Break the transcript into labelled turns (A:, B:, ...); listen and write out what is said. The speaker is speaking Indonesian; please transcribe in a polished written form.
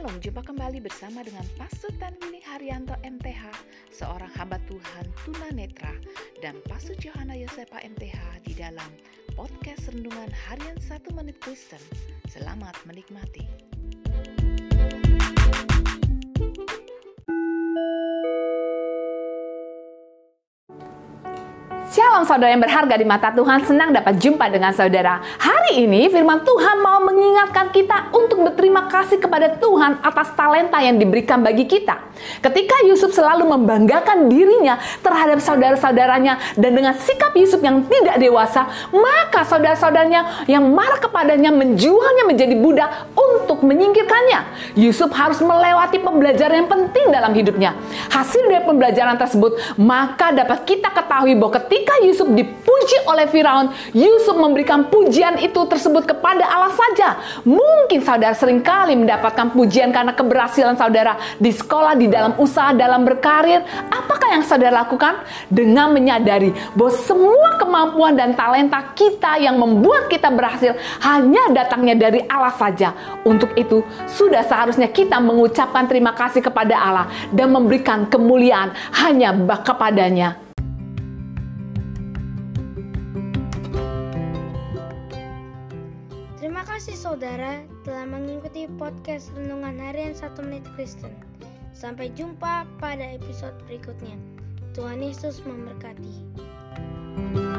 A: Shalom, jumpa kembali bersama dengan Pastor Tanwini Haryanto MTH, seorang hamba Tuhan tunanetra, dan Pastor Johanna Yosepa MTH di dalam podcast Renungan Harian 1 Menit Kristen. Selamat menikmati.
B: Shalom saudara yang berharga di mata Tuhan, senang dapat jumpa dengan saudara. Hari ini firman Tuhan mau mengingatkan kita untuk berterima kasih kepada Tuhan atas talenta yang diberikan bagi kita. Ketika Yusuf selalu membanggakan dirinya terhadap saudara-saudaranya dan dengan sikap Yusuf yang tidak dewasa, maka saudara-saudaranya yang marah kepadanya menjualnya menjadi budak untuk menyingkirkannya. Yusuf harus melewati pembelajaran yang penting dalam hidupnya. Hasil dari pembelajaran tersebut, maka dapat kita ketahui bahwa ketika Yusuf dipuji oleh Firaun, Yusuf memberikan pujian itu tersebut kepada Allah saja. Mungkin saudara seringkali mendapatkan pujian karena keberhasilan saudara di sekolah, di dalam usaha, dalam berkarir. Apakah yang saudara lakukan? Dengan menyadari bahwa semua kemampuan dan talenta kita yang membuat kita berhasil hanya datangnya dari Allah saja. Untuk itu, sudah seharusnya kita mengucapkan terima kasih kepada Allah dan memberikan kemuliaan hanya kepadanya.
C: Terima kasih saudara telah mengikuti podcast Renungan Harian 1 Menit Kristen. Sampai jumpa pada episode berikutnya. Tuhan Yesus memberkati.